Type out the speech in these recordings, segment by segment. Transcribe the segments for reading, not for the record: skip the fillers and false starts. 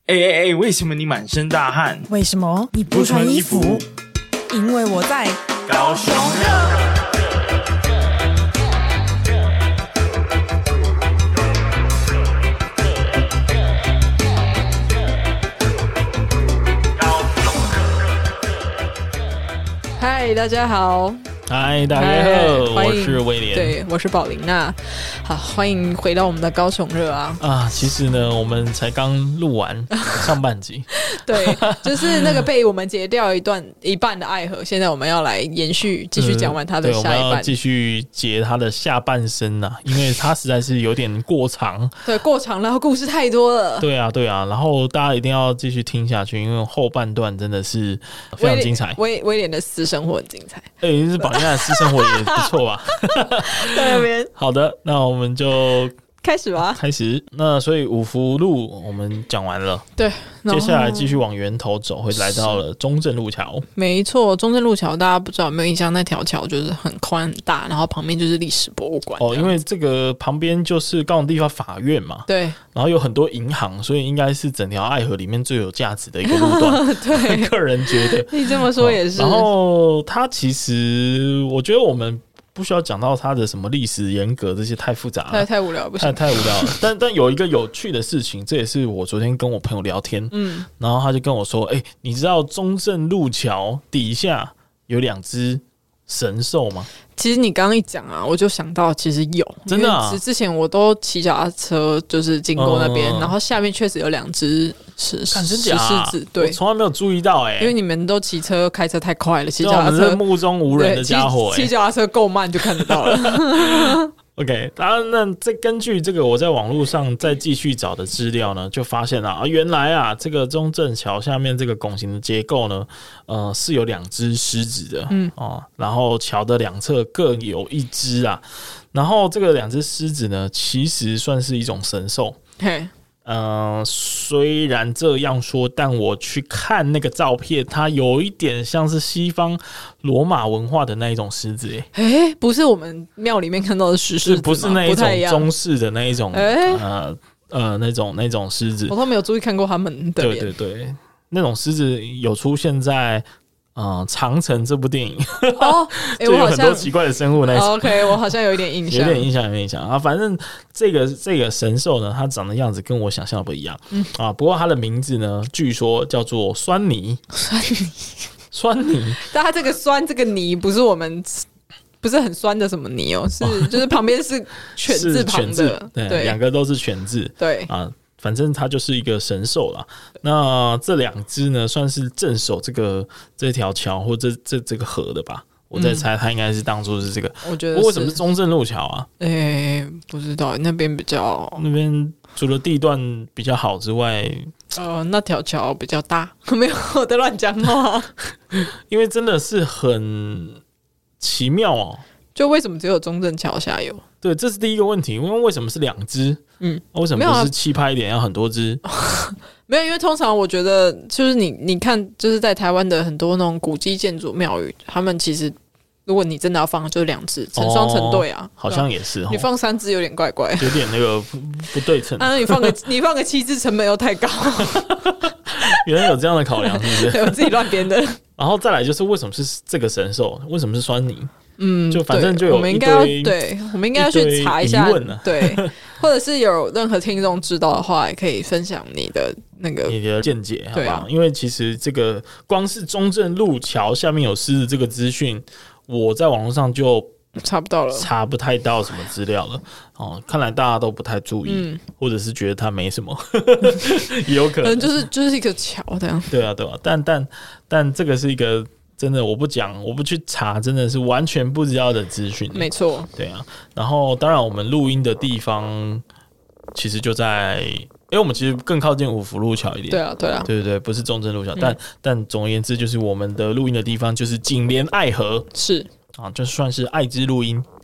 为什么你满身大汗？ 为什么你不穿衣服？因为我在高雄热。 嗨，大家好。 嗨，大家好，我是威廉， 对，我是宝琳娜。好，欢迎回到我们的高雄热啊！ 其实呢，我们才刚录完上半集， 对，就是那个被我们截掉一半的爱河，现在我们要来延续，继续讲完它的下一半。 对，我们要继续截它的下半身啊，因为它实在是有点过长， 对，过长，然后故事太多了。 对啊，然后大家一定要继续听下去，因为后半段真的是非常精彩。 威廉的私生活很精彩， 是宝琳娜的私生活也不错吧？ 在那边。 好的，那我们就开始吧。 开始。那所以五福路我们讲完了， 对， 接下来继续往源头走，会来到了中正路桥。 没错，中正路桥大家不知道有没有印象？那条桥就是很宽很大，然后旁边就是历史博物馆。 因为这个旁边就是高雄地方法院嘛， 对， 然后有很多银行，所以应该是整条爱河里面最有价值的一个路段。 对， 个人觉得你这么说也是。 然后它其实，我觉得我们不需要讲到它的什么历史沿革这些太复杂了， 太无聊，不行， 太无聊了。但有一个有趣的事情，这也是我昨天跟我朋友聊天，然后他就跟我说，你知道中正路桥底下有2只神兽吗？ 其实你刚刚一讲啊，我就想到其实有， 真的啊！ 之前我都骑脚踏车，就是经过那边，然后下面确实有2只石狮子，对， 我从来没有注意到因为你们都骑车开车太快了，骑脚踏车目中无人的家伙， 骑脚踏车够慢就看得到了。 OK， 当然，那根据这个我在网络上再继续找的资料呢，就发现原来这个中正桥下面这个拱形的结构呢，是有2只狮子的，然后桥的2侧各有1只啊，然后这个2只狮子呢，其实算是一种神兽。 嘿。 虽然这样说，但我去看那个照片，它有一点像是西方罗马文化的那一种狮子， 不是我们庙里面看到的石狮子吗？ 不是那一种中式的那一种，那种狮子， 我都没有注意看过他们的脸。 对，那种狮子有出现在长城这部电影就有很多奇怪的生物那一种。 OK， 我好像有一点印象， 有点印象啊。反正这个神兽呢，它长的样子跟我想象的不一样不过它的名字呢，据说叫做酸泥。酸泥， 但它这个酸这个泥不是我们。不是很酸的什么泥就是旁边是犬字旁的， 对，2个都是犬字， 对反正它就是一个神兽啦。那这2只呢，算是镇守这条桥或这个河的吧。我在猜，它应该是当初是这个。 我觉得为什么是中正路桥啊？ 不知道，那边除了地段比较好之外， 那条桥比较大。没有，我在乱讲话。 因为真的是很奇妙就为什么只有中正桥下有？ 对，这是第一个问题。因为为什么是2只？为什么不是气派一点，要很多只？ 没有，因为通常我觉得就是你看，就是在台湾的很多那种古迹建筑庙宇，他们其实如果你真的要放，就是2只成双成对啊， 好像也是。 你放3只有点怪怪， 有点那个不对称。 你放个7只成本又太高。 原来有这样的考量，是不是？ 对，我自己乱编的。 然后再来就是为什么是这个神兽？为什么是酸泥？就反正就有我们应该要去查一下，对，或者是有任何听众知道的话，也可以分享你的见解，好不好？因为其实这个光是中正路桥下面有狮子这个资讯，我在网络上就查不到了， 查不太到什么资料了。看来大家都不太注意，或者是觉得它没什么，也有可能就是一个桥这样。 对啊，但这个是一个。真的，我不去查，真的是完全不知道的资讯。 没错， 对啊。然后，当然我们录音的地方其实就在，因为我们其实更靠近五福路桥一点。 对啊， 对，不是中正路桥，但总而言之，就是我们的录音的地方就是紧连爱河， 是就算是爱之录音。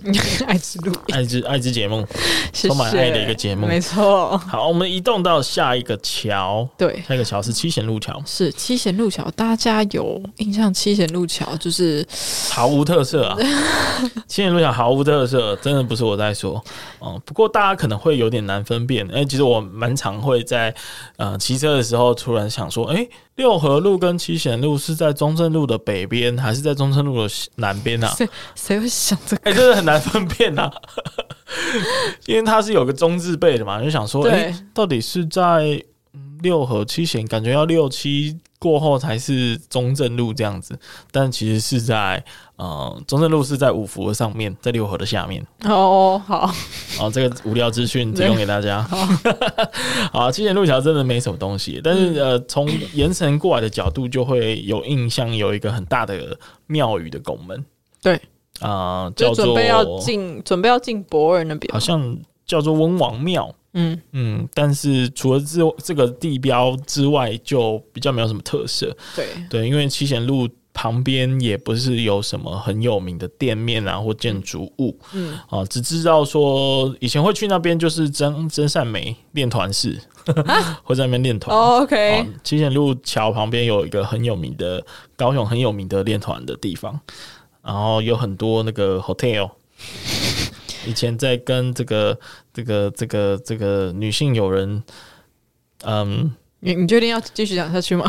爱之路， 爱之节目， 谢谢充满爱的一个节目， 没错。 好，我们移动到下一个桥， 对， 下一个桥是七贤路桥， 是七贤路桥，大家有印象？七贤路桥就是毫无特色啊，七贤路桥毫无特色，真的不是我在说。不过大家可能会有点难分辨，其实我蛮常会在骑车的时候突然想说，六合路跟七贤路是在中正路的北边，还是在中正路的南边啊？ 谁会想这个？ 真的很难分辨啊，因为它是有个中字辈的嘛，就想说，到底是在六合七贤，感觉要6、7过后才是中正路这样子，但其实是在中正路是在五福的上面，在六合的下面。 好， 这个无聊资讯提供给大家。好，七贤路桥真的没什么东西，但是从盐城过来的角度就会有印象，有一个很大的庙宇的拱门。 对， 叫做准备要进博尔那边， 好像叫做温王庙。但是除了这个地标之外，就比较没有什么特色。对，因为七贤路旁边也不是有什么很有名的店面啊或建筑物。只知道说以前会去那边就是真善美练团室，会在那边练团。 OK， 七贤路桥旁边有一个很有名的高雄很有名的练团的地方，然后有很多那个 hotel。以前在跟这个女性友人， 你确定要继续讲下去吗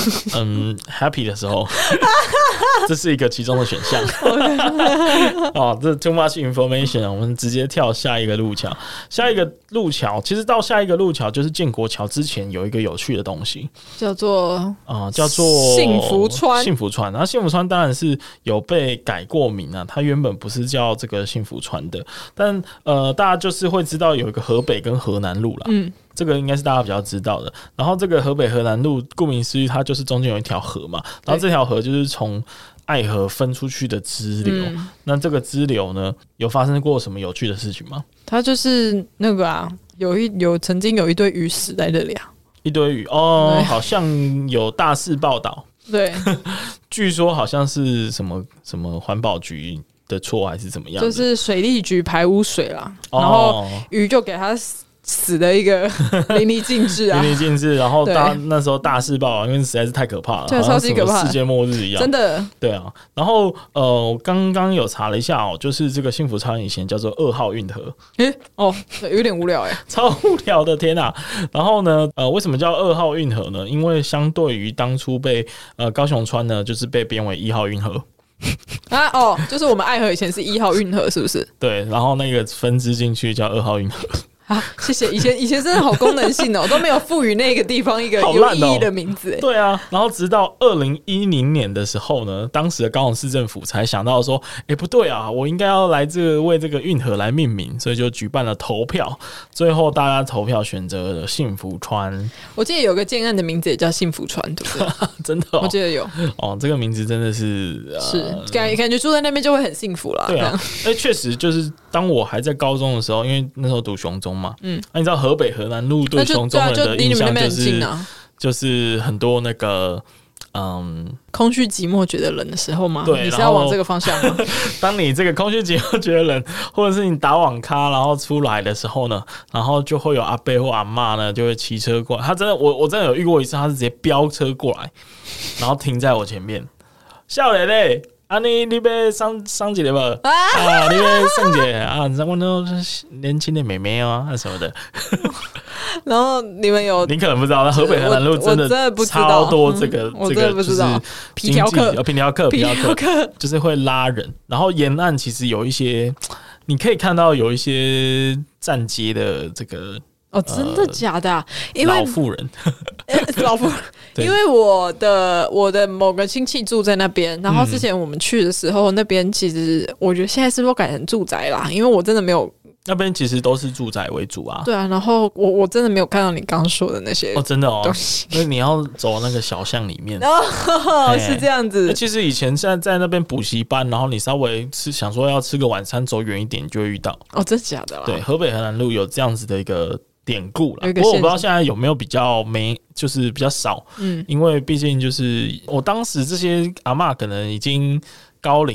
？happy 的时候，这是一个其中的选项。这 too much information， 我们直接跳下一个路桥。下一个路桥，其实到下一个路桥就是建国桥之前有一个有趣的东西， 叫做幸福川。 幸福川，然后幸福川当然是有被改过名啊，它原本不是叫这个幸福川的，但大家就是会知道有一个河北跟河南路啦。这个应该是大家比较知道的。然后这个河北河南路，顾名思义，它就是中间有一条河嘛，然后这条河就是从爱河分出去的支流。那这个支流呢，有发生过什么有趣的事情吗？ 它就是那个曾经有一堆鱼死在这里啊， 一堆鱼好像有大肆报道。 对， 据说好像是什么环保局的错还是怎么样的， 就是水利局排污水啦，然后鱼就给它死的一个淋漓尽致啊， 淋漓尽致。然后那时候大肆报道，因为实在是太可怕了， 对，超级可怕， 世界末日一样， 真的。 对啊，然后我刚刚有查了一下就是这个幸福川以前叫做2号运河。 有点无聊超无聊的，天啊！然后呢，为什么叫2号运河呢？因为相对于当初被高雄川呢，就是被编为1号运河。 就是我们爱河以前是1号运河，是不是？ 对，然后那个分支进去叫2号运河。 谢谢。以前真的好功能性都没有赋予那个地方一个有意义的名字。 对啊，然后直到2010年的时候呢，当时的高雄市政府才想到说，不对啊，我应该要来为这个运河来命名，所以就举办了投票，最后大家投票选择了幸福川。 我记得有个建案的名字也叫幸福川，对不对？ 真的我记得有这个名字真的是感觉住在那边就会很幸福啦。 对啊，确实就是当我还在高中的时候，因为那时候读雄中嘛，你知道河北河南路对雄中人的印象就是很多那个空虚寂寞觉得冷的时候吗？ 对， 你是要往这个方向吗？ 当你这个空虚寂寞觉得冷，或者是你打网咖然后出来的时候呢，然后就会有阿伯或阿嬷呢就会骑车过来。他真的，我真的有遇过一次，他是直接飙车过来，然后停在我前面，少年嘞。你要上一个吧？你要上一个我那年轻的妹妹什么的。 然后你们有， 你可能不知道，河北河南路真的超多这个就是皮条客就是会拉人。然后沿岸其实有一些，你可以看到有一些站街的这个。 真的假的？因为老妇人， 因为我的某个亲戚住在那边，然后之前我们去的时候，那边其实我觉得现在是不是都改成住宅啦？因为我真的没有，那边其实都是住宅为主啊。 对啊，然后我真的没有看到你刚刚说的那些真的东西，那你要走那个小巷里面是这样子。 其实以前现在在那边补习班，然后你稍微想说要吃个晚餐，走远一点就会遇到。 真的假的啦？ 对，河北河南路有这样子的一个典故啦，不过我不知道现在有没有比较就是比较少，因为毕竟就是我当时这些阿嬷可能已经高龄了，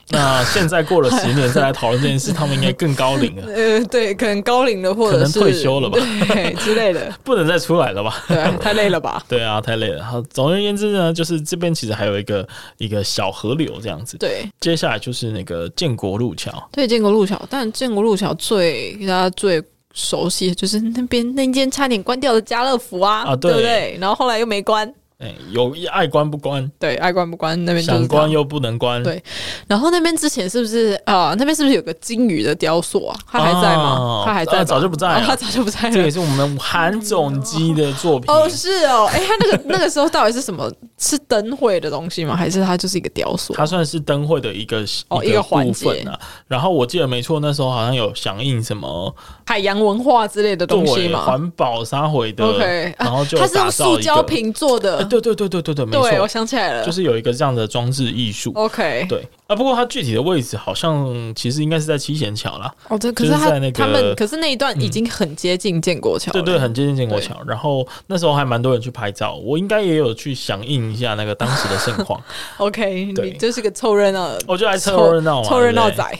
那现在过了10年再来讨论这件事，他们应该更高龄了。 对，可能高龄了，或者是可能退休了吧， 对之类的， 不能再出来了吧？ 对，太累了吧？ 对啊，太累了。好，总而言之呢，就是这边其实还有一个小河流这样子。 对， 接下来就是那个建国路桥。 对，建国路桥，但建国路桥大家最熟悉的就是那边那间差点关掉的家乐福啊， 对不对？然后后来又没关。 有爱关不关？ 对，爱关不关，那边就是想关又不能关。 对，然后那边之前是不是那边是不是有个金鱼的雕塑啊？他还在吗？他还在， 早就不在了。 他早就不在了。 这也是我们韩总机的作品。 是哦，他那个时候到底是什么？是灯会的东西吗？还是它就是一个雕塑？ 它算是灯会的一个环节啊。然后我记得没错，那时候好像有响应什么海洋文化之类的东西嘛， 环保沙毁的。 OK， 然后就它是用塑胶瓶做的。 对，没错， 对，我想起来了， 就是有一个这样的装置艺术。 OK， 对啊，不过它具体的位置好像其实应该是在七贤桥啦。 可是他们可是那一段已经很接近建国桥了。 对，很接近建国桥。然后那时候还蛮多人去拍照，我应该也有去响应一下那个当时的盛况。 OK， 你就是个凑热闹的， 我就来凑热闹嘛， 凑热闹仔。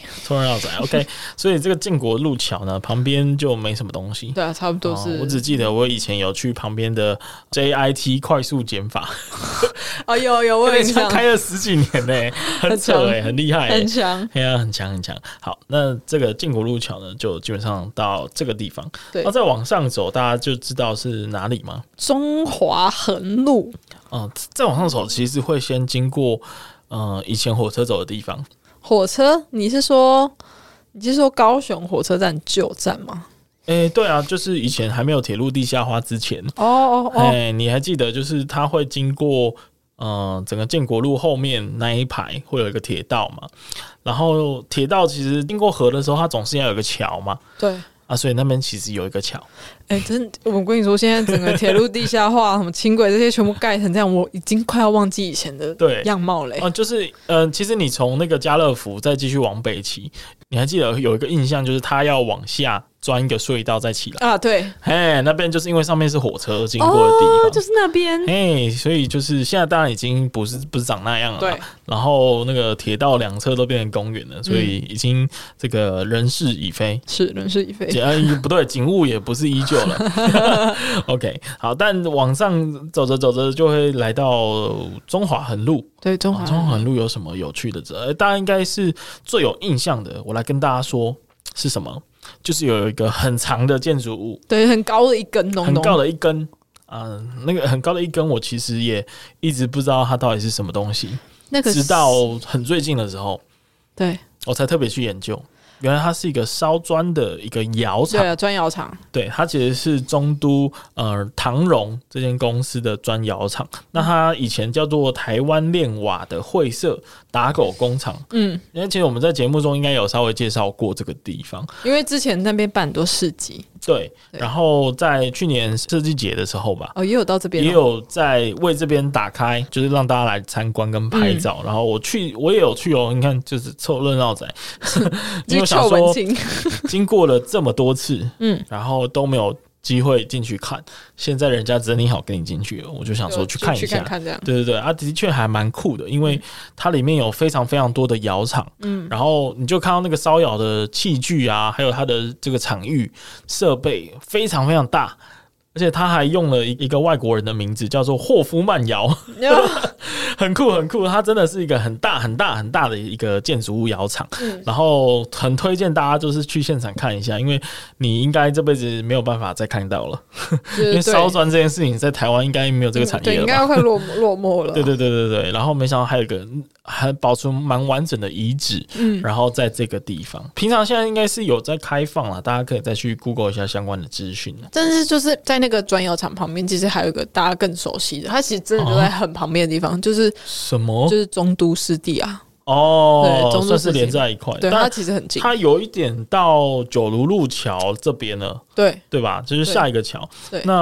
OK， 所以这个建国路桥呢，旁边就没什么东西。 对啊，差不多是。 我只记得我以前有去旁边的 JIT 快速减法。 有，我有印象， 开了10几年呢，很扯很厉害， 很强， 很强。好，那这个建国路桥呢，就基本上到这个地方。 对， 那再往上走，大家就知道是哪里吗？ 中华横路。 再往上走，其实会先经过以前火车走的地方。 火车？你是说高雄火车站旧站吗？ 对啊，就是以前还没有铁路地下化之前。你还记得，就是它会经过整个建国路后面那一排会有一个铁道嘛？然后铁道其实经过河的时候，它总是要有个桥嘛。 对。 所以那边其实有一个桥。 真，我跟你说，现在整个铁路地下化，什么轻轨这些全部盖成这样，我已经快要忘记以前的样貌了。 就是其实你从那个家乐福再继续往北骑，你还记得有一个印象，就是它要往下钻一个隧道再起来啊？对， 那边就是因为上面是火车经过的地方， 就是那边。 所以就是现在当然已经不是长那样了。 对， 然后那个铁道两侧都变成公园了，所以已经这个人事已非。 是人事已非。 不对，景物也不是依旧了。OK， 好，但往上走着就会来到中华横路。 对，中华横路有什么有趣的？大家应该是最有印象的，我来跟大家说是什么？就是有一个很长的建筑物， 对，很高的一根， 很高的一根那个很高的一根，我其实也一直不知道它到底是什么东西。那个直到很最近的时候， 对我才特别去研究。原来它是一个烧砖的一个窑厂， 对啊，砖窑厂。 对，它其实是中都唐荣这间公司的砖窑厂。那它以前叫做台湾炼瓦的会社打狗工厂。因为其实我们在节目中应该有稍微介绍过这个地方， 因为之前那边办很多市集。 对，然后在去年设计节的时候吧， 也有到这边， 也有在为这边打开，就是让大家来参观跟拍照。然后我也有去你看，就是凑热闹仔。因为我想说，经过了这么多次，然后都没有机会进去看，现在人家整理好跟你进去了，我就想说去看一下，对的确还蛮酷的，因为它里面有非常非常多的窑厂，然后你就看到那个烧窑的器具啊，还有它的这个场域设备非常非常大。而且他还用了一个外国人的名字，叫做霍夫曼窑，很酷。它真的是一个很大的一个建筑物窑厂，然后很推荐大家就是去现场看一下，因为你应该这辈子没有办法再看到了，因为烧砖这件事情在台湾应该没有这个产业了吧， 对，应该快落寞了。 对，然后没想到还有一个还保存蛮完整的遗址，然后在这个地方，平常现在应该是有在开放了，大家可以再去 Google 一下相关的资讯。 但是就是在那个砖窑厂旁边，其实还有一个大家更熟悉的，它其实真的就在很旁边的地方，就是什么？ 就是中都湿地啊。 对，算是连在一块， 对，它其实很近， 它有一点到九如路桥这边了，对吧？就是下一个桥。 对， 那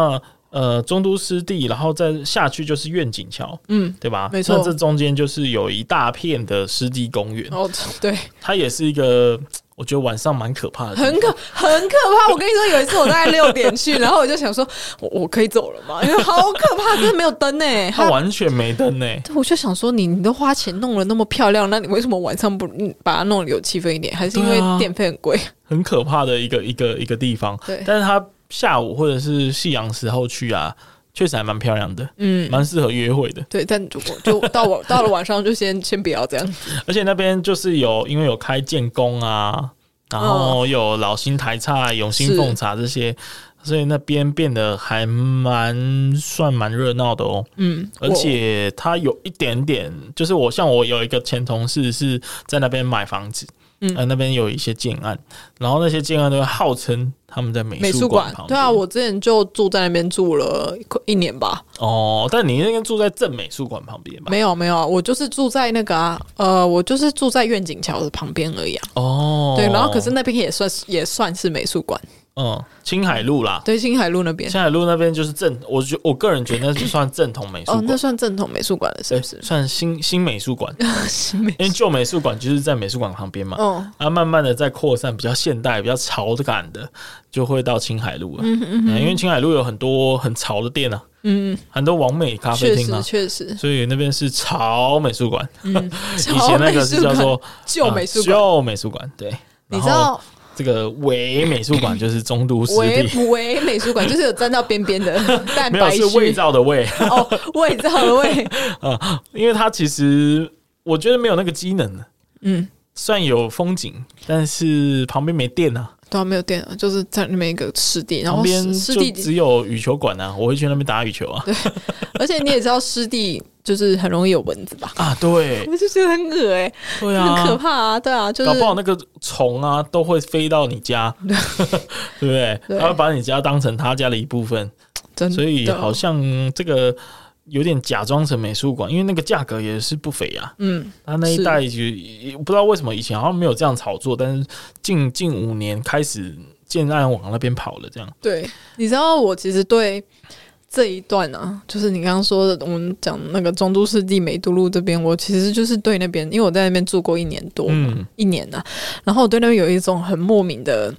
中都湿地，然后再下去就是愿景桥，对吧？ 没错。 那这中间就是有一大片的湿地公园， 对， 它也是一个。我觉得晚上蛮可怕的， 很可怕。我跟你说，有一次我大概6点去，然后我就想说，我可以走了吗？因为好可怕，真的没有灯欸， 它完全没灯欸。 我就想说，你都花钱弄了那么漂亮，那你为什么晚上不把它弄得有气氛一点？还是因为电费很贵？ 很可怕的一个地方。 对， 但是它下午或者是夕阳时候去啊。确实还蛮漂亮的，蛮适合约会的。 对，但就到了晚上就先不要这样。 而且那边就是因为有开建工啊，然后有老新台茶、永兴凤茶这些，所以那边变得还算蛮热闹的哦。而且它有一点点，就是我有一个前同事是在那边买房子。那边有一些建案，然后那些建案都会号称他们在美术馆旁边。 对啊，我之前就住在那边住了1年吧。 但你那边住在正美术馆旁边吧？ 没有啊，我就是住在那个我就是住在愿景桥的旁边而已啊。对，然后可是那边也算是美术馆。 青海路啦， 对，青海路那边， 青海路那边就是我个人觉得那就算正统美术馆。 那算正统美术馆了，是不是？ 算新美术馆，因为旧美术馆就是在美术馆旁边嘛，慢慢的在扩散，比较现代、比较潮感的，就会到青海路了。因为青海路有很多很潮的店啊，很多网美咖啡厅啊， 确实， 所以那边是潮美术馆。以前那个是叫做旧美术馆， 旧美术馆，对， 你知道。 这个伪美术馆就是中都湿地， 伪美术馆就是有沾到边边的蛋白， 没有是伪造的伪伪造的伪因为它其实我觉得没有那个机能，虽然有风景，但是旁边没电啊。 对啊，没有电啊，就是在那边一个湿地，然后旁边就只有羽球馆啊，我会去那边打羽球啊。 对，而且你也知道湿地就是很容易有蚊子吧？ 对， 我就觉得很恶对啊， 很可怕啊，对啊，就是搞不好那个虫啊都会飞到你家，对不对？他会把你家当成他家的一部分，所以好像这个。有点假装成美术馆，因为那个价格也是不菲啊。他那一带就不知道为什么以前好像没有这样炒作，但是近5年开始建案往那边跑了，这样。对， 你知道我其实对这一段啊，就是你刚刚说的，我们讲那个中都湿地美都路这边，我其实就是对那边，因为我在那边住过1年多嘛，1年啊，然后我对那边有一种很莫名的。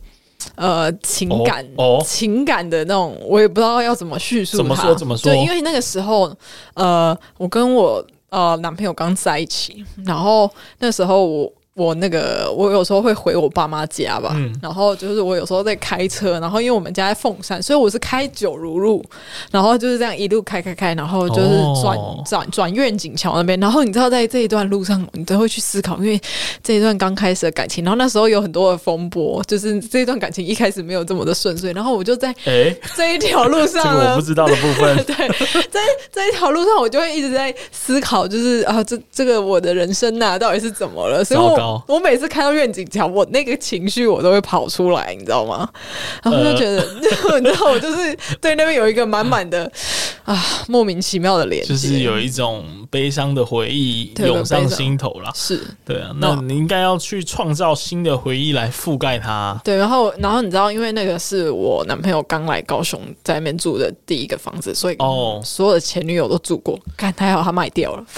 情感的那种，我也不知道要怎么叙述它。 怎么说？ 对，因为那个时候，我跟我男朋友刚在一起，然后那时候我有时候会回我爸妈家吧，然后就是我有时候在开车，然后因为我们家在凤山，所以我是开九如路，然后就是这样一路开，然后就是转愿景桥那边，然后你知道在这一段路上，你都会去思考，因为这一段刚开始的感情，然后那时候有很多的风波，就是这一段感情一开始没有这么的顺遂，然后我就在这一条路上呢， 这个我不知道的部分， 对，在这一条路上，我就会一直在思考，就是这个我的人生啊，到底是怎么了？所以我每次看到愿景桥，我那个情绪我都会跑出来，你知道吗？然后就觉得，你知道，我就是对那边有一个满满的莫名其妙的连接， 就是有一种悲伤的回忆涌上心头啦。 是， 对啊，那你应该要去创造新的回忆来覆盖它。 对，然后你知道，因为那个是我男朋友刚来高雄在那边住的第一个房子，所以所有的前女友都住过，看还好他卖掉了。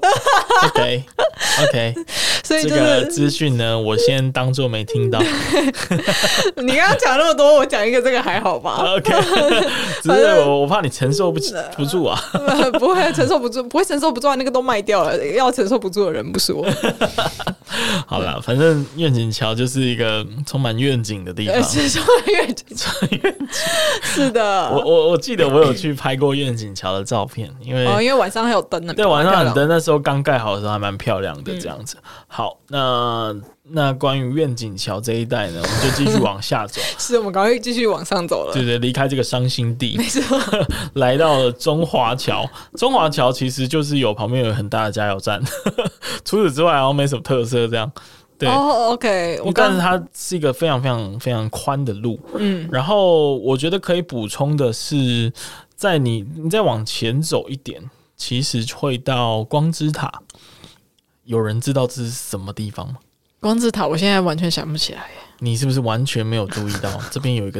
OK， 所以、就是、 这个资讯呢，我先当作没听到。 你刚刚讲那么多，我讲一个这个还好吧 ？OK， 只是我怕你承受不住啊。 不会承受不住，不会承受不住，那个都卖掉了，要承受不住的人不是我。 好啦，反正愿景桥就是一个充满愿景的地方， 是充满愿景，是的。 我记得我有去拍过愿景桥的照片，因为晚上还有灯呢。对，晚上很灯，那时候刚盖好的时候还蛮漂亮的，这样子。好，那关于愿景桥这一带呢，我们就继续往下走。 是我们赶快继续往上走了。 对，离开这个伤心地， 没错，来到了中华桥。中华桥其实就是旁边有很大的加油站，除此之外好像没什么特色，这样。对 ，OK， 但是它是一个非常非常非常宽的路。然后我觉得可以补充的是，在你再往前走一点，其实会到光之塔。有人知道这是什么地方吗？ 光之塔，我现在完全想不起来。 你是不是完全没有注意到这边有一个塔？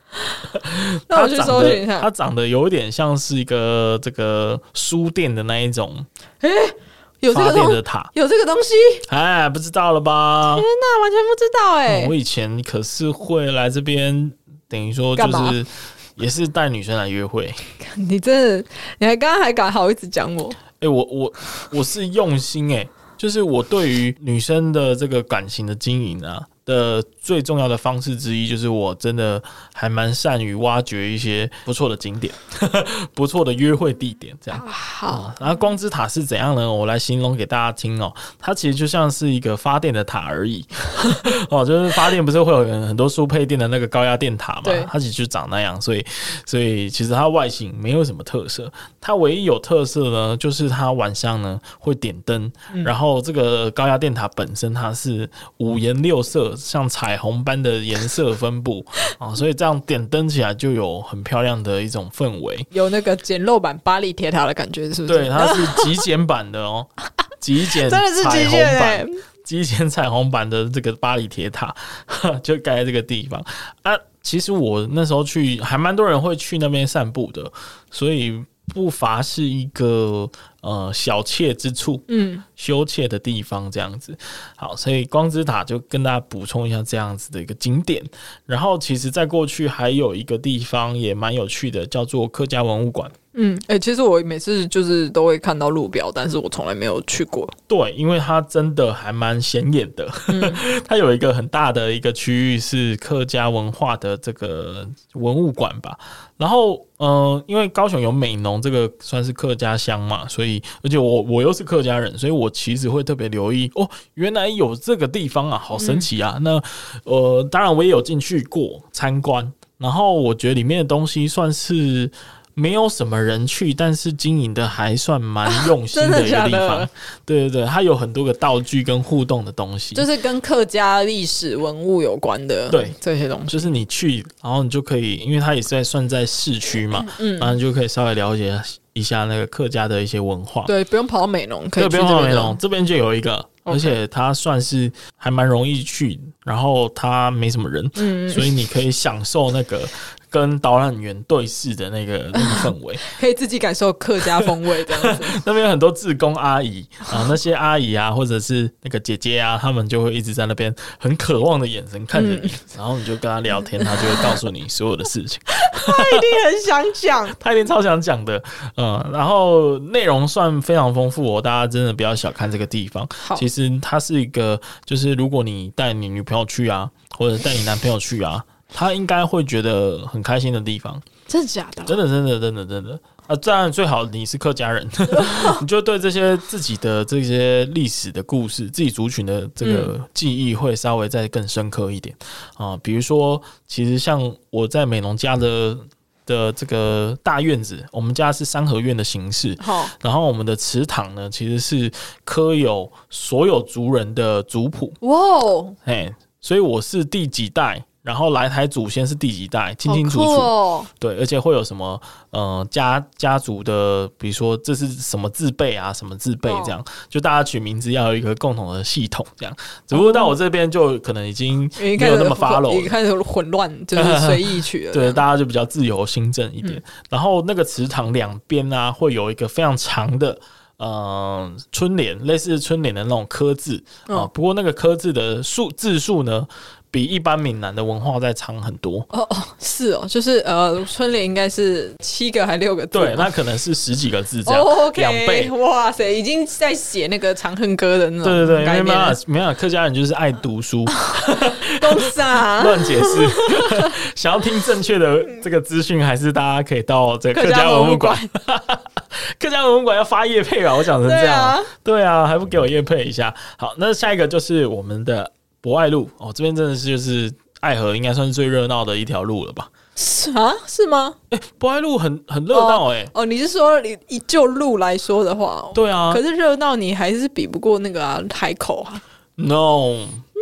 那我去搜寻一下， 它长得有点像是一个这个书店的那一种， 有这个发电的塔， 有这个东西， 哎，不知道了吧？ 天哪，完全不知道我以前可是会来这边，等于说就是也是带女生来约会。 你真的，你刚刚还敢好一直讲我？ 我是用心就是我对于女生的这个感情的经营啊的最重要的方式之一，就是我真的还蛮善于挖掘一些不错的景点不错的约会地点这样。 好， 然后光之塔是怎样呢？我来形容给大家听它其实就像是一个发电的塔而已就是发电不是会有很多输配电的那个高压电塔嘛，它其实就长那样，所以其实它外形没有什么特色，它唯一有特色呢就是它晚上呢会点灯，然后这个高压电塔本身它是五颜六色像彩虹般的颜色分布所以这样点灯起来就有很漂亮的一种氛围， 有那个简陋版巴黎铁塔的感觉，是不是？ 对，它是极简版的极简真的是极简版， 极简彩虹版的这个巴黎铁塔就盖在这个地方其实我那时候去，还蛮多人会去那边散步的，所以不乏是一个小憩之处，休憩的地方这样子。好，所以光之塔就跟大家补充一下这样子的一个景点。然后其实在过去还有一个地方也蛮有趣的，叫做客家文物馆。 其实我每次就是都会看到路标，但是我从来没有去过。 对，因为它真的还蛮显眼的它有一个很大的一个区域是客家文化的这个文物馆吧。然后因为高雄有美浓这个算是客家乡嘛，所以而且我又是客家人，所以我其实会特别留意原来有这个地方啊，好神奇啊。那当然我也有进去过参观，然后我觉得里面的东西算是没有什么人去，但是经营的还算蛮用心的一个地方。对对对，它有很多个道具跟互动的东西， 就是跟客家历史文物有关的， 对这些东西， 就是你去，然后你就可以，因为它也是算在市区嘛，然后你就可以稍微了解一下那个客家的一些文化。 对，不用跑到美浓，可以去不用跑到美浓，这边就有一个。而且它算是还蛮容易去，然后它没什么人，所以你可以享受那个跟导览员对视的那个氛围， 可以自己感受客家风味这样子。 那边有很多志工阿姨那些阿姨啊，或者是那个姐姐啊，他们就会一直在那边很渴望的眼神看着你，然后你就跟他聊天，他就会告诉你所有的事情。 他一定很想讲， 他一定超想讲的，然后内容算非常丰富大家真的不要小看这个地方。其实它是一个，就是如果你带你女朋友去啊，或者带你男朋友去啊，他应该会觉得很开心的地方。 真的假的？ 真的当然最好你是客家人你就对这些自己的这些历史的故事，自己族群的这个记忆会稍微再更深刻一点比如说其实像我在美浓家的这个大院子，我们家是三合院的形式，然后我们的祠堂呢其实是刻有所有族人的族谱。所以我是第几代，然后来台祖先是第几代，清清楚楚。对，而且会有什么家族的，比如说这是什么字辈啊，什么字辈这样，就大家取名字要有一个共同的系统这样。只不过到我这边就可能已经没有那么 follow 了， 一开始混乱，就是随意取了。 对，大家就比较自由心证一点。然后那个祠堂两边啊，会有一个非常长的春联，类似春联的那种刻字不过那个刻字的字数呢，比一般闽南的文化再长很多。 是就是春联应该是7个还6个字， 对，那可能是10几个字这样，2倍。 哇塞，已经在写那个《长恨歌》的那种。 对对对，因为没有客家人就是爱读书， 都傻乱解释。想要听正确的这个资讯，还是大家可以到这个客家文物馆。客家文物馆要发业配吧？我讲成这样，对啊，还不给我业配一下？好，那下一个就是我们的博爱路这边真的是就是爱河应该算是最热闹的一条路了吧？ 是吗？ 博爱路很热闹你是说以就路来说的话？ 对啊， 可是热闹你还是比不过那个海口啊。 No，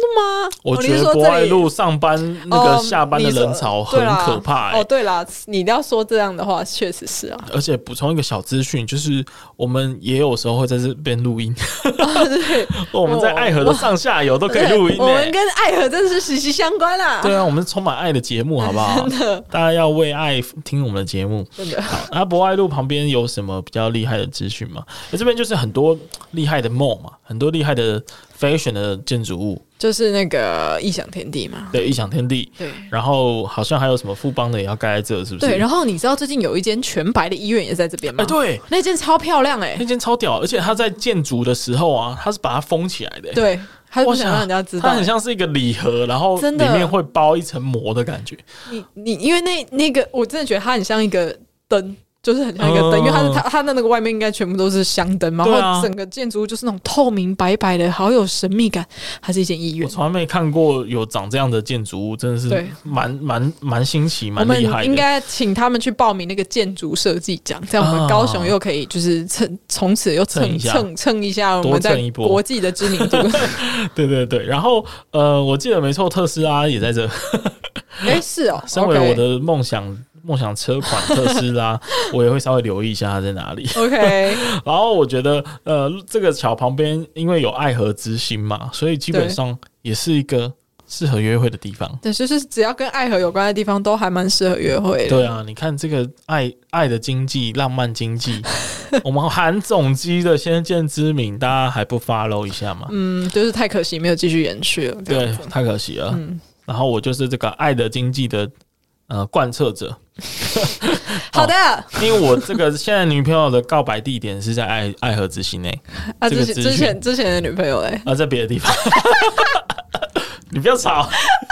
吗？ 我觉得博爱路上班那个下班的人潮很可怕哦，对啦，你要说这样的话，确实是啊。 而且补充一个小资讯，就是我们也有时候会在这边录音。对，我们在爱河的上下游都可以录音。 我们跟爱河真的是息息相关啦。 对啊，我们是充满爱的节目，好不好？真的，大家要为爱听我们的节目。真的。好，那博爱路旁边有什么比较厉害的资讯吗？这边就是很多厉害的 mall 嘛，很多厉害的 fashion 的建筑物。 就是那个异想天地嘛， 对，异想天地。对，然后好像还有什么富邦的也要盖在这，是不是？ 对，然后你知道最近有一间全白的医院也在这边吗？ 对， 那间超漂亮那间超屌，而且它在建筑的时候啊，它是把它封起来的。 对，它不想让人家知道， 它很像是一个礼盒，然后里面会包一层膜的感觉。 你因为那个，我真的觉得它很像一个灯。就是很像一个灯，因为它的那个外面应该全部都是香灯嘛，然后整个建筑物就是那种透明白白的，好有神秘感。它是一间医院， 我从来没看过有长这样的建筑物，真的是蛮新奇、蛮厉害的。 我们应该请他们去报名那个建筑设计奖，这样我们高雄又可以就是从此又蹭一下我们在国际的知名度。 对对对，然后我记得没错，特斯拉也在这。 是哦， 身为我的梦想车款特斯拉，我也会稍微留意一下它在哪里。 OK， 然后我觉得这个桥旁边因为有爱河之心嘛，所以基本上也是一个适合约会的地方。 对，就是只要跟爱河有关的地方都还蛮适合约会的。 对啊，你看这个爱的经济、浪漫经济，我们韩总机的先见之明，大家还不 follow 一下吗？ 就是太可惜没有继续延续了。 对，太可惜了。然后我就是这个爱的经济的贯彻者。 好的， 因为我这个现在女朋友的告白地点是在爱河之心内。 之前的女朋友嘞？ 在别的地方。你不要吵。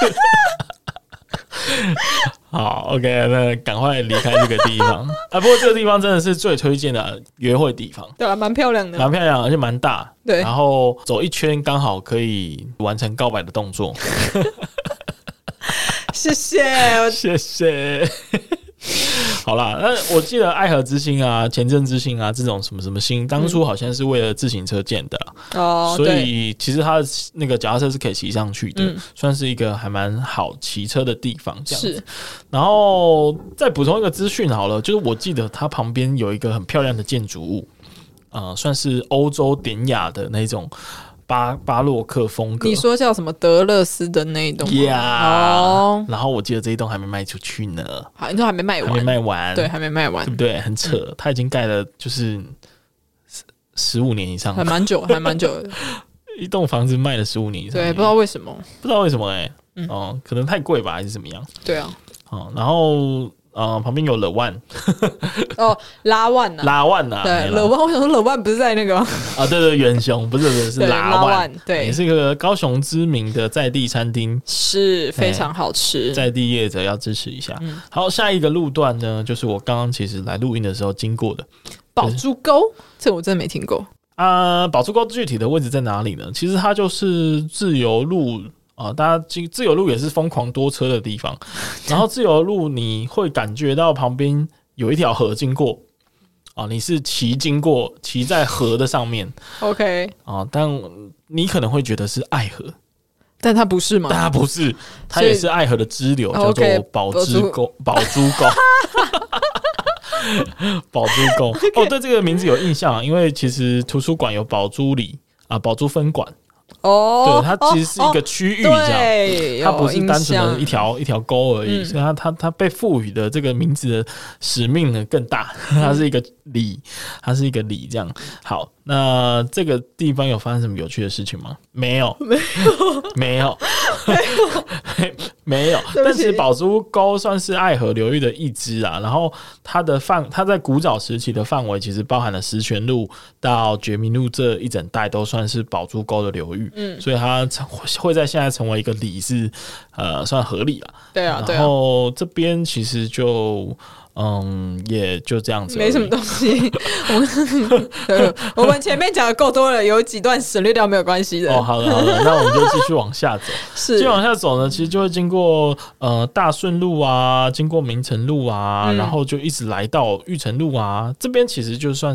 好 ，OK， 那赶快离开这个地方。不过这个地方真的是最推荐的约会地方。 对啊，蛮漂亮的， 蛮漂亮，而且蛮大。 对， 然后走一圈刚好可以完成告白的动作。 谢谢， 谢谢。好啦，那我记得爱河之星啊、前镇之星啊这种什么什么星，当初好像是为了自行车建的所以其实它的那个脚踏车是可以骑上去的，算是一个还蛮好骑车的地方。这样子，然后再补充一个资讯好了，就是我记得它旁边有一个很漂亮的建筑物，算是欧洲典雅的那种。巴洛克风格， 你说叫什么德勒斯的那一栋然后我记得这一栋还没卖出去呢。 好，你说还没卖完，对，还没卖完， 对不对？很扯，它已经盖了就是15年以上， 还蛮久的。 一栋房子卖了15年以上， 对，不知道为什么可能太贵吧，还是怎么样？ 对啊， 然后。旁边有了万拉万啊， 对，了万，我想说了万不是在那个吗？ 对，远雄不是拉万， 对， 也是一个高雄知名的在地餐厅， 是非常好吃， 在地业者要支持一下。好，下一个路段呢，就是我刚刚其实来录音的时候经过的宝珠沟，这我真的没听过宝珠沟具体的位置在哪里呢？其实它就是自由路。大家自由路也是疯狂多车的地方，然后自由路你会感觉到旁边有一条河经过你是骑在河的上面 ，OK 但你可能会觉得是爱河， 但它不是吗？ 但它不是，它也是爱河的支流，叫做宝珠沟。宝珠沟对这个名字有印象，因为其实图书馆有宝珠里宝珠分馆。对，它其实是一个区域，这样，它不是单纯的一条沟而已，所以它被赋予的这个名字的使命呢更大，它是一个里，这样。好，那这个地方有发生什么有趣的事情吗？没有。但是宝珠沟算是爱河流域的一支啊，然后它在古早时期的范围其实包含了石泉路到觉明路这一整带都算是宝珠沟的流域，所以它会在现在成为一个里是算合理啦。 对啊， 然后这边其实就也就这样子， 没什么东西。我们前面讲的够多了，有几段省略掉没有关系的。 好的，那我们就继续往下走。继续往下走呢，其实就会经过大顺路经过明诚路然后就一直来到玉成路这边其实就算是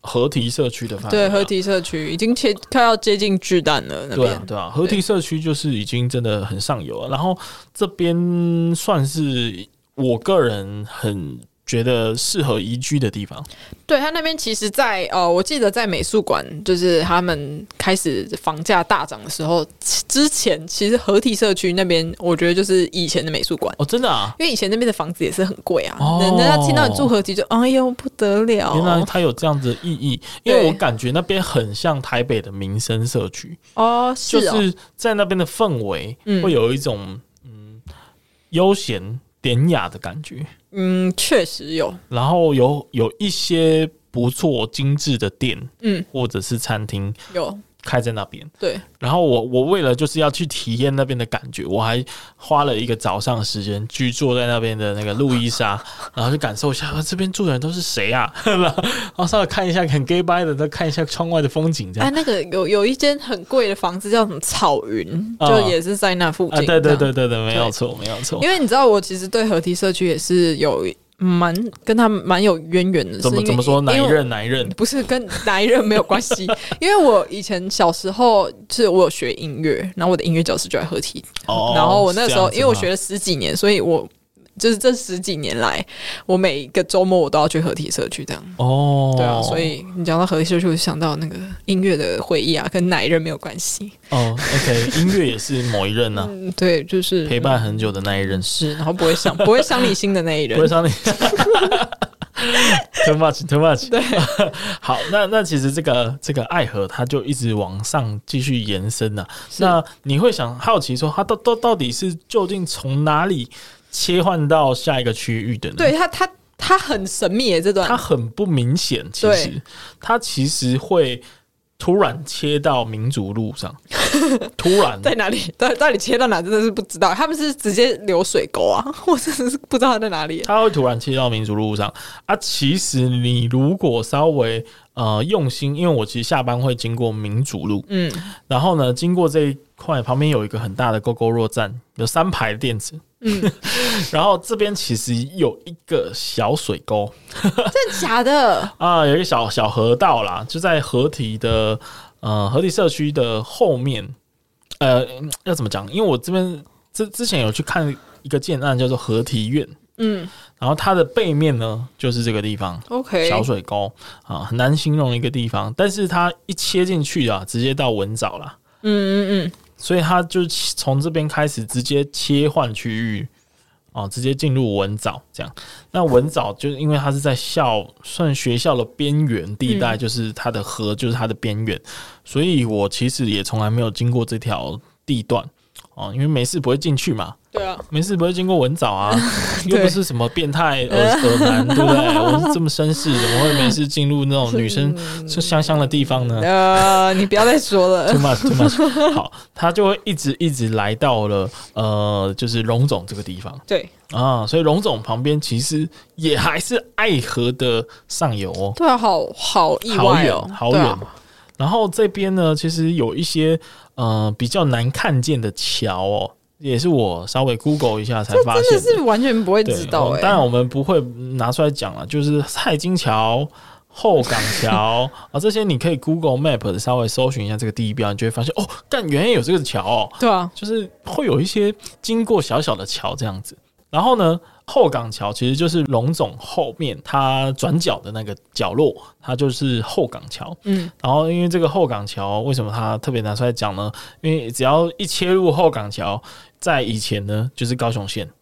河堤社区的范围， 对，河堤社区已经快要接近巨蛋了那边， 对啊，河堤社区就是已经真的很上游了。然后这边算是我个人很觉得适合宜居的地方。 对，他那边其实在我记得在美术馆，就是他们开始房价大涨的时候之前，其实河堤社区那边，我觉得就是以前的美术馆哦，真的啊， 因为以前那边的房子也是很贵啊，人家听到你住河堤就哎呦不得了， 原来它有这样子的意义，因为我感觉那边很像台北的民生社区哦， 就是在那边的氛围会有一种悠闲典雅的感觉。 确实有。 然后有一些不错精致的店，或者是餐厅有开在那边。 对。 然后我为了就是要去体验那边的感觉，我还花了一个早上的时间居坐在那边的那个路易莎，然后去感受一下这边住的人都是谁啊，然后稍微看一下很 gay bye 的，再看一下窗外的风景这样。 那个有一间很贵的房子叫什么草云，就也是在那附近。 对，没有错。 因为你知道，我其实对河堤社区也是有跟他蛮有渊源的。 怎么说？哪一任？ 不是跟哪一任没有关系，因为我以前小时候就是我有学音乐，然后我的音乐教室就在河堤。然后我那时候因为我学了10几年，所以我就是这10几年来，我每一个周末我都要去河堤社区这样。对啊，所以你讲到河堤社区，我就想到那个音乐的回忆啊，跟哪一任没有关系。 OK， 音乐也是某一任啊。 对，就是陪伴很久的那一任是，然后不会伤你心的那一任， 不会伤你。Too much。 对， 好，那其实这个爱河它就一直往上继续延伸啊。那你会好奇说，它到底是究竟从哪里切换到下一个区域的呢？ 对，它很神秘耶，这段它很不明显。其实它其实会突然切到民族路上，突然在哪里？到底切到哪？真的是不知道。他们是直接流水沟啊，我真的是不知道它在哪里。 它会突然切到民族路上啊！其实你如果稍微用心，因为我其实下班会经过民族路，然后呢，经过这一块旁边有一个很大的 Gogoro 站，有3排的店子。然后这边其实有一个小水沟， 真的假的啊？有一个小河道啦，就在河堤的河堤社区的后面。要怎么讲？因为我这边之前有去看一个建案叫做河堤苑，然后它的背面呢就是这个地方 ，OK， 小水沟啊，很难形容一个地方，但是它一切进去啊，直接到文藻啦。所以它就从这边开始直接切换区域，直接进入文藻这样。那文藻就是因为它是在算学校的边缘地带，就是它的河就是它的边缘，所以我其实也从来没有经过这条地段因为没事不会进去嘛。 对啊， 没事不会经过文藻啊，又不是什么变态耳男，对不对？我是这么绅士，怎么会没事进入那种女生香香的地方呢？ 你不要再说了。 too much。好，他就会一直来到了就是荣总这个地方。 对啊，所以荣总旁边其实也还是爱河的上游哦。 对啊，好意外哦， 好远。然后这边呢，其实有一些比较难看见的桥哦。也是我稍微 Google 一下才发现的， 真的是完全不会知道。 当然我们不会拿出来讲了，就是蔡金桥、后港桥这些你可以 Google Map 稍微搜寻一下这个地标，你就会发现原来有这个桥对啊， 就是会有一些经过小小的桥这样子。然后呢，后港桥其实就是荣总后面它转角的那个角落，它就是后港桥。然后因为这个后港桥为什么它特别拿出来讲呢？因为只要一切入后港桥，在以前呢就是高雄县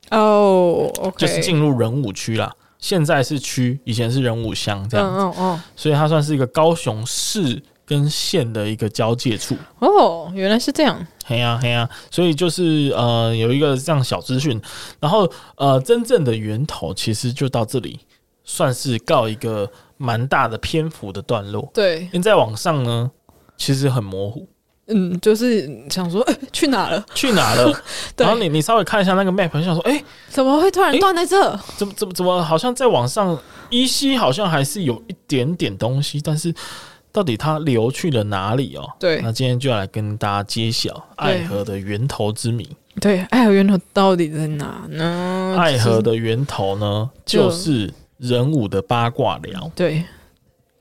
OK， 就是进入仁武区啦。现在是区，以前是仁武乡这样子。所以它算是一个高雄市跟县的一个交界处。 原来是这样。 嘿呀，所以就是有一个这样小资讯，然后真正的源头其实就到这里，算是告一个蛮大的篇幅的段落。 对， 因为在网上呢，其实很模糊。 就是想说去哪了？然后你稍微看一下那个 map， 就想说怎么会突然断在这？ 怎么好像在网上依稀好像还是有一点点东西，但是到底它流去了哪里对， 那今天就要来跟大家揭晓爱河的源头之谜。 对，爱河源头到底在哪呢？ 爱河的源头呢，就是仁武的八卦寮。 对，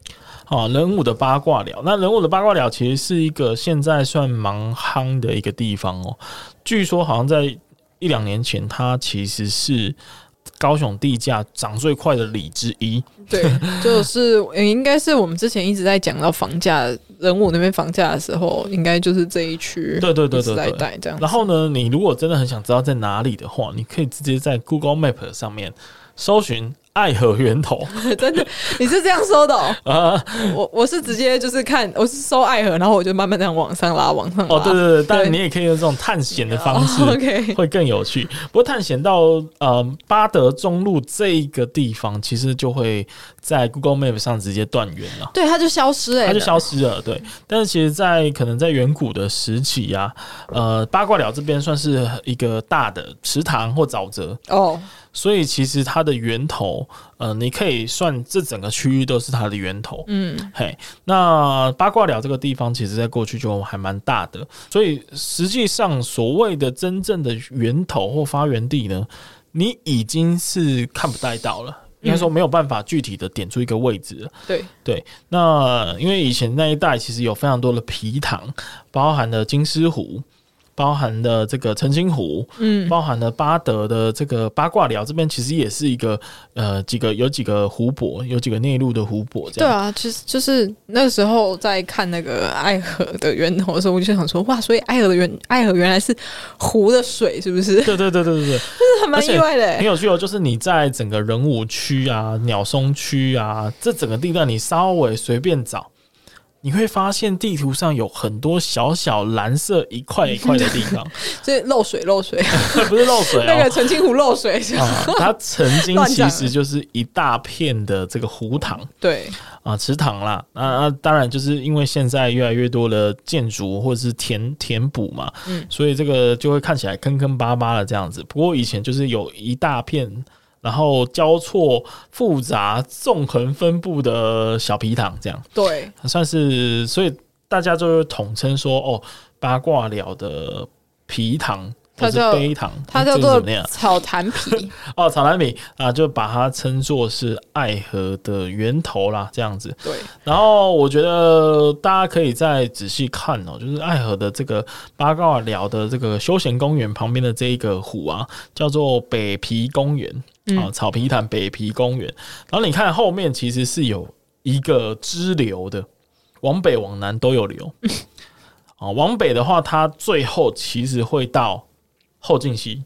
人武的八卦寮。那人武的八卦寮其实是一个现在算蛮夯的一个地方哦。据说好像在1-2年前，它其实是高雄地价涨最快的里之一。 对，就是应该是我们之前一直在讲到房价，人武那边房价的时候，应该就是这一区。 对在带这样。 然后呢，你如果真的很想知道在哪里的话，你可以直接在 Google Map 上面搜寻爱河源头。 真的，你是这样搜的哦？我是直接就是看，我是搜爱河，然后我就慢慢这样往上拉，往上拉。 对，当然你也可以用这种探险的方式，会更有趣。不过探险到八德中路这一个地方，其实就会在 Google Map 上直接断源了。 对，它就消失了。它就消失了。对，但是其实可能在远古的时期啊，八卦寮这边算是一个大的池塘或沼泽哦。所以其实它的源头，你可以算这整个区域都是它的源头。那八卦寮这个地方，其实在过去就还蛮大的，所以实际上所谓的真正的源头或发源地呢，你已经是看不太到了。应该说没有办法具体的点出一个位置了。对，那因为以前那一带其实有非常多的皮塘，包含了金狮湖，包含了这个澄清湖，包含了八德的这个八卦寮这边，其实也是一个有几个湖泊，有几个内陆的湖泊这样。 对啊，其实就是那个时候在看那个爱河的源头的时候，我就想说，哇，所以爱河原来是湖的水，是不是？ 对，就是还蛮意外的。 很有趣哦，就是你在整个仁武区啊、鸟松区啊这整个地段，你稍微随便找，你会发现地图上有很多小小蓝色一块一块的地方， 所以漏水不是漏水那个澄清湖漏水它曾经其实就是一大片的这个湖塘， 对池塘啦。当然就是因为现在越来越多的建筑或者是填补嘛，所以这个就会看起来坑坑巴巴的这样子。不过以前就是有一大片，然后交错复杂纵横分布的小皮塘这样。 对， 算是，所以大家就统称说八卦寮的皮塘或是杯塘， 它叫做草坛皮草坛皮就把它称作是爱河的源头啦这样子。 对， 然后我觉得大家可以再仔细看就是爱河的这个八卦寮的这个休闲公园旁边的这一个湖啊，叫做北皮公园。草皮潭北皮公园，然后你看后面其实是有一个支流的，往北往南都有流。往北的话，它最后其实会到后劲溪。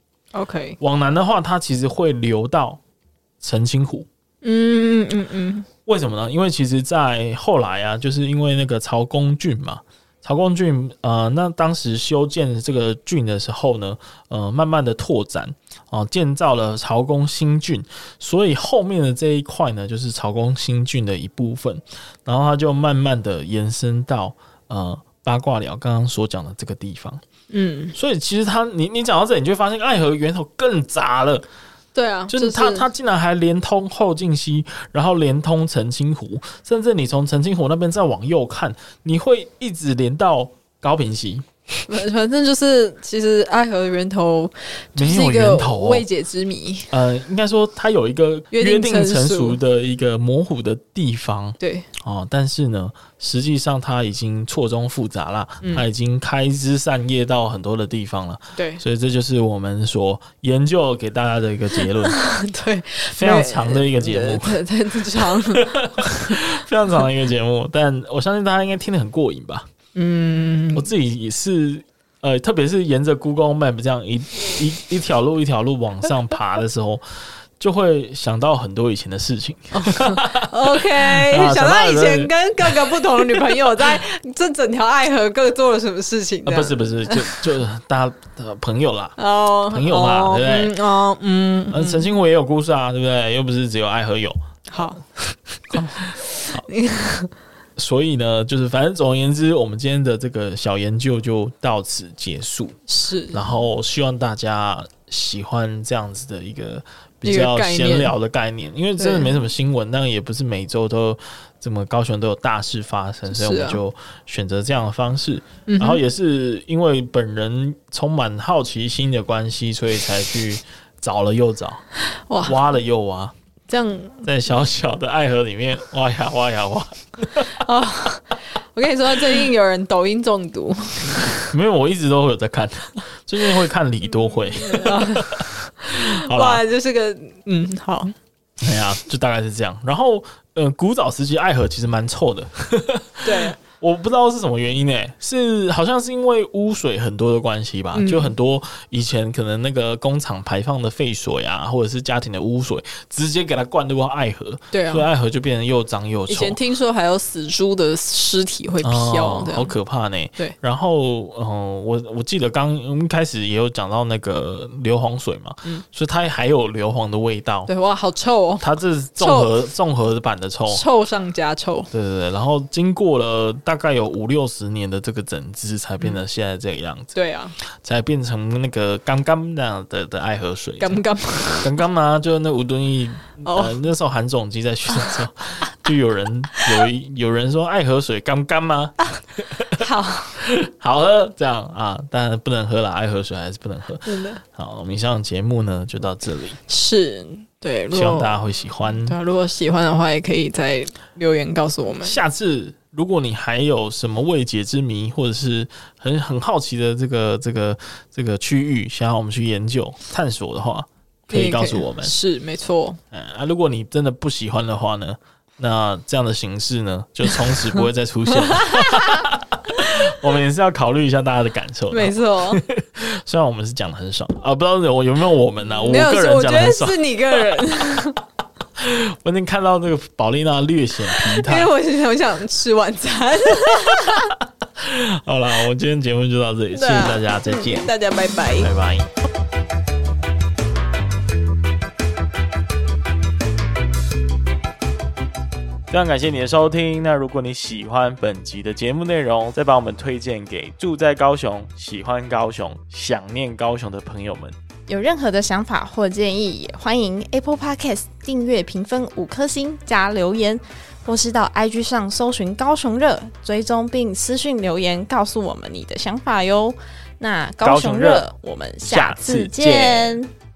OK， 往南的话，它其实会流到澄清湖。为什么呢？因为其实，在后来啊，就是因为那个曹公圳嘛。曹公圳那当时修建这个圳的时候呢，慢慢的拓展建造了曹公新圳，所以后面的这一块呢，就是曹公新圳的一部分，然后它就慢慢的延伸到八卦寮刚刚所讲的这个地方。所以其实你讲到这里，你就会发现爱河源头更杂了。 对啊， 就是它竟然还连通后劲溪，然后连通澄清湖，甚至你从澄清湖那边再往右看，你会一直连到高屏溪。 反正就是，其实爱河的源头就是一个未解之谜。 应该说它有一个约定成熟的一个模糊的地方。 对但是呢，实际上它已经错综复杂了，它已经开枝散叶到很多的地方了。 对， 所以这就是我们所研究给大家的一个结论。 对， 非常长的一个节目， 太长， 非常长的一个节目，但我相信大家应该听得很过瘾吧。我自己也是，特别是沿着 Google Map 这样一条路一条路往上爬的时候，就会想到很多以前的事情。 OK， 想到以前跟各个不同的女朋友在这整条爱河各做了什么事情？ 不是，就大家的朋友啦，朋友嘛，对不对？澄清湖也有故事啊，对不对？又不是只有爱河有。 好。 所以呢，就是反正总而言之，我们今天的这个小研究就到此结束。 是， 然后希望大家喜欢这样子的一个比较闲聊的概念，因为真的没什么新闻，但也不是每周都这么高雄都有大事发生，所以我们就选择这样的方式。然后也是因为本人充满好奇心的关系，所以才去找了又找，挖了又挖。 这样在小小的爱河里面挖呀挖呀挖。 哦，我跟你说，最近有人抖音中毒。 没有，我一直都有在看，最近会看李多惠。好啦， 哇，就是个好。 哎呀，就大概是这样。然后，古早时期爱河其实蛮臭的。 对。 我不知道是什么原因是好像是因为污水很多的关系吧，就很多以前可能那个工厂排放的废水啊，或者是家庭的污水，直接给它灌入到爱河， 对啊， 所以爱河就变得又脏又臭。 以前听说还有死猪的尸体会飘， 好可怕呢。 对， 然后我记得刚一开始也有讲到那个硫磺水嘛，所以它还有硫磺的味道。 对，哇，好臭哦！ 它这是综合版的臭， 臭上加臭。 对对对，然后经过了大概有50-60年的这个整治，才变成现在这个样子。 对啊， 才变成那个刚刚那样的爱河水。 刚刚嘛，就那吴敦义，那时候韩总机在选的时候，就有人说爱河水刚刚吗？好喝这样啊，当然不能喝啦，爱河水还是不能喝。 真的。 好，我们以上的节目呢就到这里。 是。对， 希望大家会喜欢。 对啊，如果喜欢的话，也可以在留言告诉我们。 下次如果你还有什么未解之谜，或者是很好奇的这个区域，想要我们去研究探索的话，可以告诉我们。 是，没错。 如果你真的不喜欢的话呢，那这样的形式呢，就从此不会再出现了。我们也是要考虑一下大家的感受的。 没错。 虽然我们是讲的很爽啊，不知道有没有我们呢？我个人讲的很爽。 我觉得是你个人。 我已经看到那个宝丽娜略显疲态， 因为我想吃晚餐。 好啦，我们今天节目就到这里，谢谢大家，再见， 大家拜拜， 拜拜。非常感谢你的收听。那如果你喜欢本集的节目内容，再把我们推荐给住在高雄、喜欢高雄、想念高雄的朋友们。 有任何的想法或建议，也欢迎 Apple Podcast 订阅、评分5颗星加留言，或是到 IG 上搜寻高雄热，追踪并私讯留言告诉我们你的想法哟。那高雄热，我们下次见。